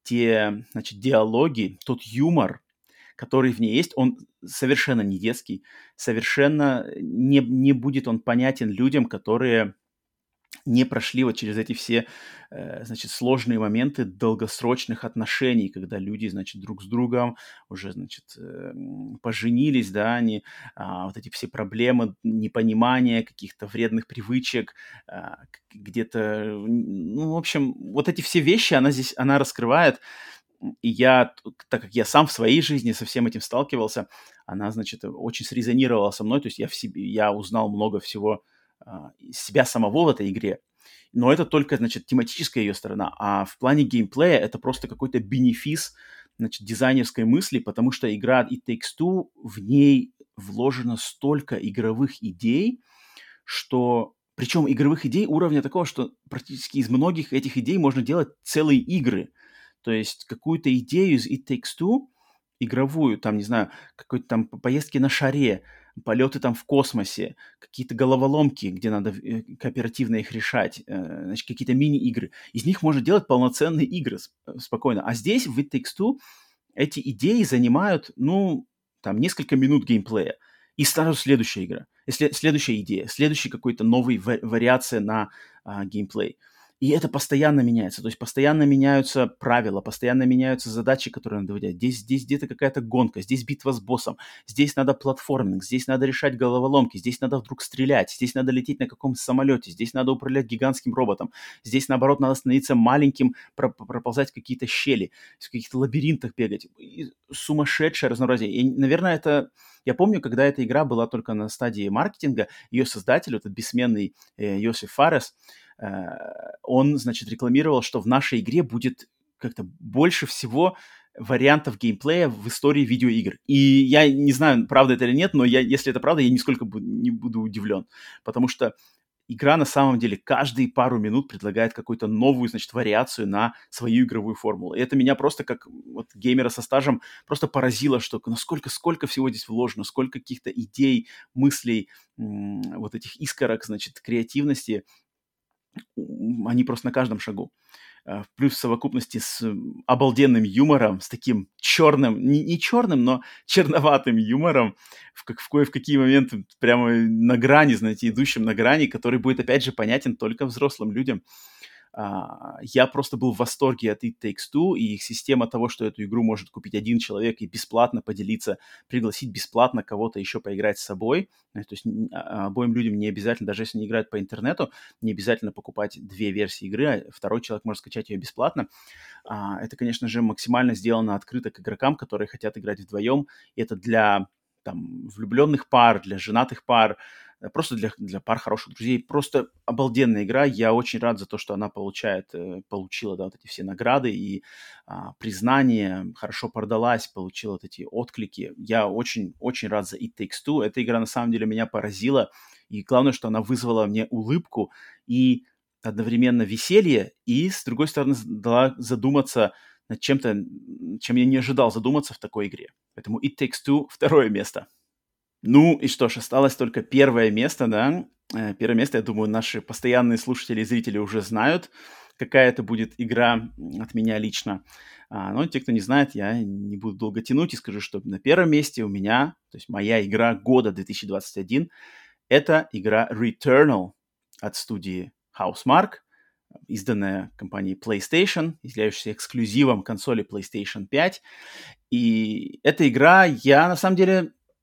те, значит, диалоги, тот юмор, который в ней есть, он совершенно не детский, совершенно не, не будет он понятен людям, которые не прошли вот через эти все, э, значит, сложные моменты долгосрочных отношений, когда люди, значит, друг с другом уже, значит, э, м, поженились, да, они, а, вот эти все проблемы, непонимания каких-то вредных привычек, а, к- где-то, м, ну, в общем, вот эти все вещи она здесь, она раскрывает, м, и я, т- так как я сам в своей жизни со всем этим сталкивался, она, значит, очень срезонировала со мной, то есть я в себе, я узнал много всего а, себя самого в этой игре. Но это только, значит, тематическая ее сторона. А в плане геймплея это просто какой-то бенефис, значит, дизайнерской мысли, потому что игра It Takes Two, в ней вложено столько игровых идей, что... Причем игровых идей уровня такого, что практически из многих этих идей можно делать целые игры. То есть какую-то идею из It Takes Two, игровую, там, не знаю, какой-то там по- поездки на шаре, полеты там в космосе, какие-то головоломки, где надо э, кооперативно их решать, э, значит, какие-то мини-игры. Из них можно делать полноценные игры с- э, спокойно. А здесь, в It Takes Two, эти идеи занимают, ну, там, несколько минут геймплея. И сразу следующая игра, и сле- следующая идея, следующий какой-то новый ва- вариация на а, геймплей. И это постоянно меняется. То есть постоянно меняются правила, постоянно меняются задачи, которые надо выделять. Здесь, здесь где-то какая-то гонка, здесь битва с боссом, здесь надо платформинг, здесь надо решать головоломки, здесь надо вдруг стрелять, здесь надо лететь на каком-то самолете, здесь надо управлять гигантским роботом, здесь, наоборот, надо становиться маленьким, про- проползать в какие-то щели, в каких-то лабиринтах бегать. И сумасшедшее разнообразие. И, наверное, это... Я помню, когда эта игра была только на стадии маркетинга, ее создатель, этот бессменный э, Йосиф Фарес, э, он, значит, рекламировал, что в нашей игре будет как-то больше всего вариантов геймплея в истории видеоигр. И я не знаю, правда это или нет, но я, если это правда, я нисколько бу- не буду удивлен, потому что игра на самом деле каждые пару минут предлагает какую-то новую, значит, вариацию на свою игровую формулу. И это меня просто как вот геймера со стажем просто поразило, что насколько, сколько всего здесь вложено, сколько каких-то идей, мыслей, м, вот этих искорок, значит, креативности, м, они просто на каждом шагу. А, плюс в совокупности с м, обалденным юмором, с таким черным, не, не черным, но черноватым юмором, в, как, в, кое, в какие моменты прямо на грани, знаете, идущим на грани, который будет, опять же, понятен только взрослым людям. А, я просто был в восторге от It Takes Two и их система того, что эту игру может купить один человек и бесплатно поделиться, пригласить бесплатно кого-то еще поиграть с собой. Э, То есть н- а- обоим людям не обязательно, даже если они играют по интернету, не обязательно покупать две версии игры, а второй человек может скачать ее бесплатно. А, это, конечно же, максимально сделано открыто к игрокам, которые хотят играть вдвоем. И это для там, влюбленных пар, для женатых пар, э, просто для, для пар хороших друзей. Просто обалденная игра. Я очень рад за то, что она получает, э, получила, да, вот эти все награды и а, признание, хорошо продалась, получила вот эти отклики. Я очень-очень рад за It Takes Two. Эта игра на самом деле меня поразила. И главное, что она вызвала мне улыбку и одновременно веселье, и, с другой стороны, з- дала задуматься над чем-то, м, чем я не ожидал задуматься в такой игре. Поэтому It Takes Two — второе место. Ну и что ж, осталось только первое место, да. Э, Первое место, я думаю, наши постоянные слушатели и зрители уже знают, какая это будет игра м, от меня лично. А, но те, кто не знает, я не буду долго тянуть и скажу, что на первом месте у меня, то есть моя игра года две тысячи двадцать один, это игра Returnal от студии Housemarque, изданная компанией PlayStation, являющаяся эксклюзивом консоли PlayStation пять. И эта игра, я на самом деле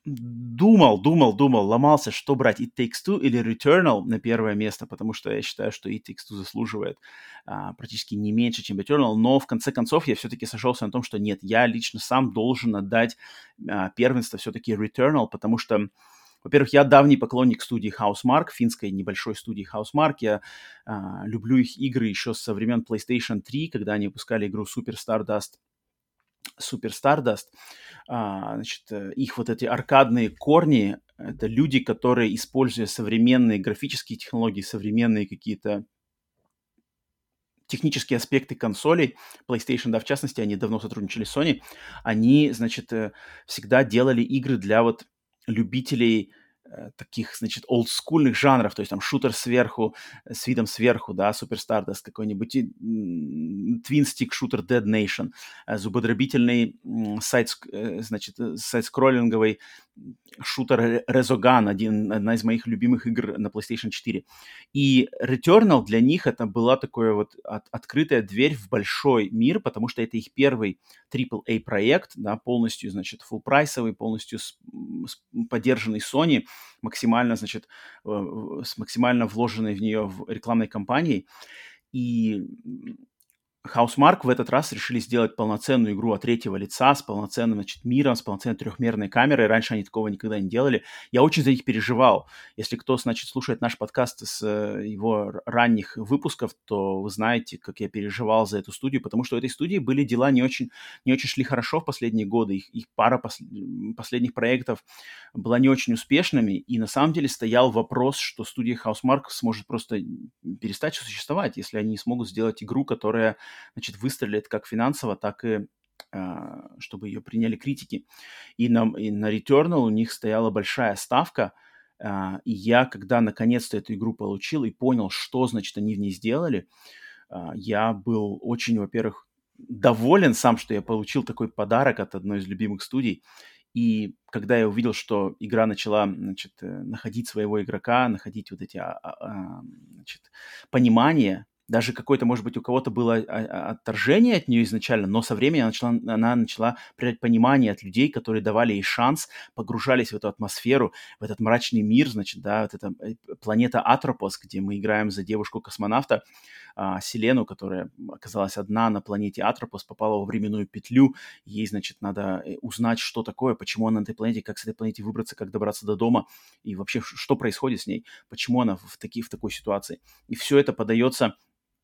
Думал, думал, думал, ломался, что брать, It Takes Two или Returnal на первое место, потому что я считаю, что It Takes Two заслуживает а, практически не меньше, чем Returnal, но в конце концов я все-таки сошелся на том, что нет, я лично сам должен отдать а, первенство все-таки Returnal, потому что, во-первых, я давний поклонник студии Housemarque, финской небольшой студии Housemarque, я а, люблю их игры еще со времен PlayStation три, когда они выпускали игру Super Stardust, Super Stardust. А, значит, э, их вот эти аркадные корни — это люди, которые, используя современные графические технологии, современные какие-то технические аспекты консолей, PlayStation, да, в частности, они давно сотрудничали с Sony, они, значит, э, всегда делали игры для вот любителей э, таких, значит, олдскульных жанров, то есть там шутер сверху, э, с видом сверху, да, Super Stardust какой-нибудь, и, м, твин-стик шутер Dead Nation, э, зубодробительный м, сайт, э, значит, э, сайт-скроллинговый шутер Resogun, один, одна из моих любимых игр на PlayStation четыре. И Returnal для них это была такая вот от- открытая дверь в большой мир, потому что это их первый трипл эй проект, да, полностью, значит, full-прайсовый, полностью с, м, с- поддержанный Sony, максимально, значит, э, в- с максимально вложенной в нее в рекламной кампанией. И Housemarque в этот раз решили сделать полноценную игру от третьего лица с полноценным, значит, миром, с полноценной трехмерной камерой. Раньше они такого никогда не делали. Я очень за них переживал. Если кто, значит, слушает наш подкаст с э, его р- ранних выпусков, то вы знаете, как я переживал за эту студию, потому что у этой студии были дела не очень, не очень шли хорошо в последние годы. Их, их пара пос- м, последних проектов была не очень успешными, и на самом деле стоял вопрос, что студия Housemarque сможет просто перестать существовать, если они не смогут сделать игру, которая, значит, выстрелит как финансово, так и а, чтобы ее приняли критики. И на, и на Returnal у них стояла большая ставка, а, и я, когда наконец-то эту игру получил и понял, что, значит, они в ней сделали, а, я был очень, во-первых, доволен сам, что я получил такой подарок от одной из любимых студий. И когда я увидел, что игра начала, значит, э, находить своего игрока, находить вот эти, а, а, а, значит, понимание, даже какое-то, может быть, у кого-то было а, а, отторжение от нее изначально, но со временем она начала, она начала проявлять понимание от людей, которые давали ей шанс, погружались в эту атмосферу, в этот мрачный мир, значит, да, вот эта э, планета Атропос, где мы играем за девушку-космонавта, а, Селену, которая оказалась одна на планете Атропос, попала во временную петлю. Ей, значит, надо э, узнать, что такое, почему она на этой планете, как с этой планеты выбраться, как добраться до дома и вообще ш- что происходит с ней, почему она в, таки, в такой ситуации. И все это подается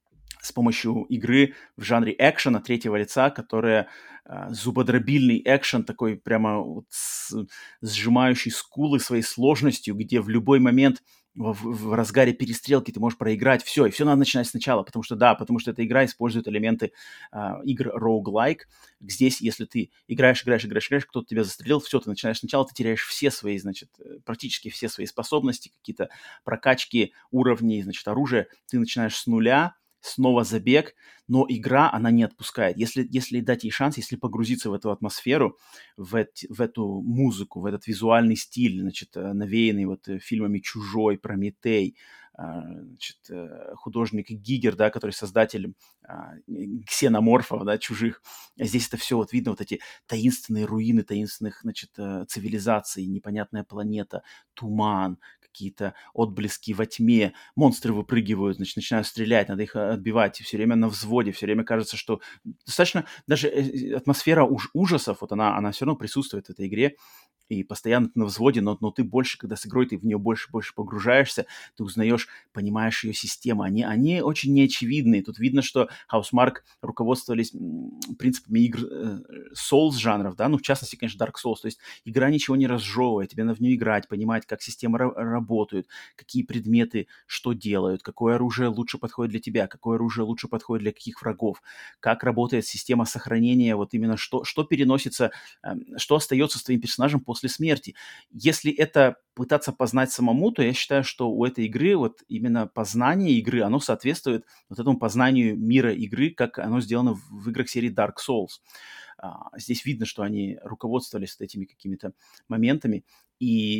с помощью игры в жанре экшена третьего лица, которая а, зубодробильный экшен, такой прямо вот с- сжимающий скулы своей сложностью, где в любой момент в, в- в разгаре перестрелки ты можешь проиграть, все, и все надо начинать сначала, потому что, да, потому что эта игра использует элементы а, игр roguelike. Здесь, если ты играешь, играешь, играешь, играешь, кто-то тебя застрелил, все, ты начинаешь сначала, ты теряешь все свои, значит, э, практически все свои способности, какие-то прокачки уровней, значит, оружия, ты начинаешь с нуля, снова забег, но игра, она не отпускает. Если, если дать ей шанс, если погрузиться в эту атмосферу, в, эти, в эту музыку, в этот визуальный стиль, значит, э, навеянный вот э, фильмами «Чужой», «Прометей», а, значит, э, художник Гигер, да, который создатель а, ксеноморфов, да, чужих. А здесь это все вот видно, вот эти таинственные руины таинственных, значит, э, цивилизаций, непонятная планета, туман, какие-то отблески во тьме, монстры выпрыгивают, значит, начинают стрелять, надо их э, отбивать, все время на взводе, все время кажется, что достаточно даже э, э, атмосфера уж ужасов, вот она, она все равно присутствует в этой игре, и постоянно ты на взводе, но, но ты больше, когда с игрой, ты в нее больше-больше погружаешься, ты узнаешь, понимаешь ее систему. Они, они очень неочевидные. Тут видно, что Housemarque руководствовались м, принципами игр э, Souls жанров, да, ну, в частности, конечно, Dark Souls. То есть игра ничего не разжевывает, тебе надо в нее играть, понимать, как системы ра- работают, какие предметы что делают, какое оружие лучше подходит для тебя, какое оружие лучше подходит для каких врагов, как работает система сохранения, вот именно что, что переносится, эм, что остается с твоим персонажем после смерти. Если это пытаться познать самому, то я считаю, что у этой игры вот именно познание игры, оно соответствует вот этому познанию мира игры, как оно сделано в, в играх серии Dark Souls. А, здесь видно, что они руководствовались вот этими какими-то моментами. И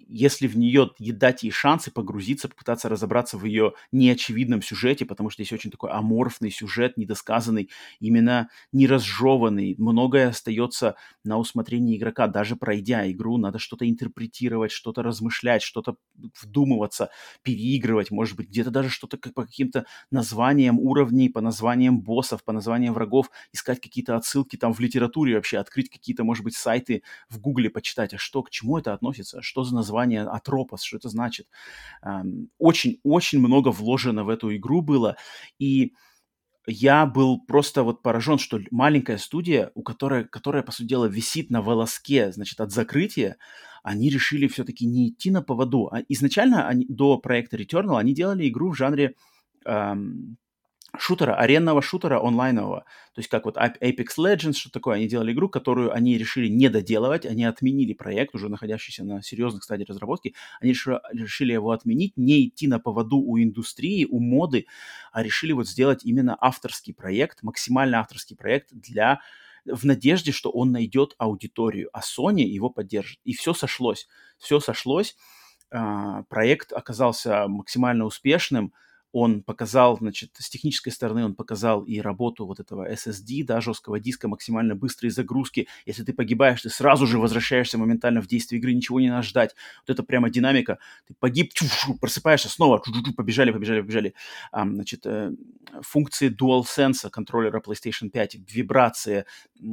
если в нее дать ей шансы погрузиться, попытаться разобраться в ее неочевидном сюжете, потому что здесь очень такой аморфный сюжет, недосказанный, именно не разжеванный. Многое остается на усмотрение игрока. Даже пройдя игру, надо что-то интерпретировать, что-то размышлять, что-то вдумываться, переигрывать, может быть, где-то даже что-то как по каким-то названиям уровней, по названиям боссов, по названиям врагов, искать какие-то отсылки там в литературе вообще, открыть какие-то, может быть, сайты в Гугле, почитать, а что, к чему это относится, что за название Атропос, что это значит. Очень-очень много вложено в эту игру было, и я был просто вот поражен, что маленькая студия, у которой, которая, по сути дела, висит на волоске, значит, от закрытия, они решили все-таки не идти на поводу. А изначально они, до проекта Returnal они делали игру в жанре эм, шутера, аренного шутера онлайнового. То есть как вот Apex Legends, что такое, они делали игру, которую они решили не доделывать, они отменили проект, уже находящийся на серьезных стадиях разработки, они решили, решили его отменить, не идти на поводу у индустрии, у моды, а решили вот сделать именно авторский проект, максимально авторский проект для в надежде, что он найдет аудиторию, а Sony его поддержит. И все сошлось. Все сошлось. А, проект оказался максимально успешным. Он показал, значит, с технической стороны он показал и работу вот этого эс эс ди, да, жесткого диска, максимально быстрые загрузки. Если ты погибаешь, ты сразу же возвращаешься моментально в действие игры, ничего не надо ждать. Вот это прямо динамика. Ты погиб, просыпаешься снова, побежали, побежали, побежали. А, значит, э, функции DualSense контроллера PlayStation пять, вибрация,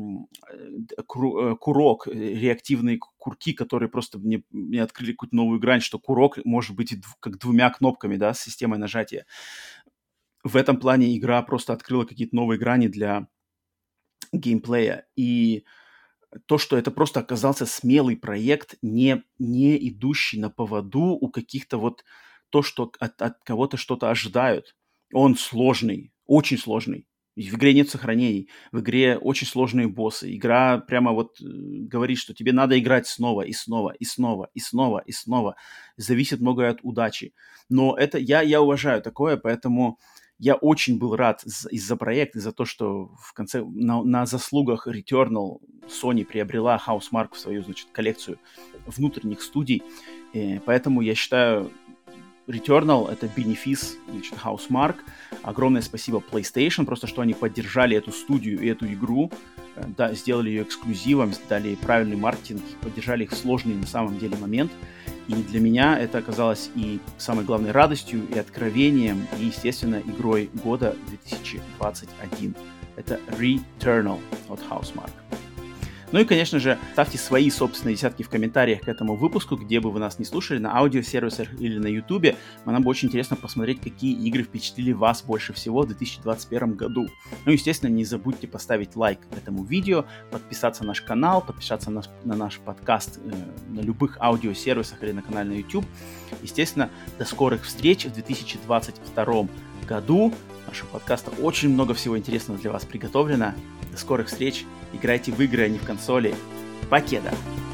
курок, реактивные курки, которые просто мне, мне открыли какую-то новую грань, что курок может быть и дв- как двумя кнопками, да, с системой нажатия. В этом плане игра просто открыла какие-то новые грани для геймплея. И то, что это просто оказался смелый проект, не, не идущий на поводу у каких-то вот то, что от, от кого-то что-то ожидают. Он сложный, очень сложный. В игре нет сохранений, в игре очень сложные боссы. Игра прямо вот э, говорит, что тебе надо играть снова и снова и снова и снова и снова. Зависит многое от удачи. Но это я, я уважаю такое, поэтому я очень был рад з- из-за проекта, из-за то, что в конце на, на заслугах Returnal Sony приобрела Housemarque в свою, значит, коллекцию внутренних студий. Э, поэтому я считаю, Returnal — это бенефис, значит, Housemarque. Огромное спасибо PlayStation, просто что они поддержали эту студию и эту игру, э, да, сделали ее эксклюзивом, дали правильный маркетинг, поддержали их в сложный на самом деле момент. И для меня это оказалось и самой главной радостью, и откровением, и, естественно, игрой года две тысячи двадцать один. Это Returnal от Housemarque. Ну и, конечно же, ставьте свои собственные десятки в комментариях к этому выпуску, где бы вы нас не слушали, на аудиосервисах или на Ютубе. Нам бы очень интересно посмотреть, какие игры впечатлили вас больше всего в две тысячи двадцать первом году. Ну, естественно, не забудьте поставить лайк этому видео, подписаться на наш канал, подписаться на, на наш подкаст э, на любых аудиосервисах или на канале на YouTube. Естественно, до скорых встреч в две тысячи двадцать втором году. Нашего подкаста очень много всего интересного для вас приготовлено. До скорых встреч. Играйте в игры, а не в консоли. Покеда!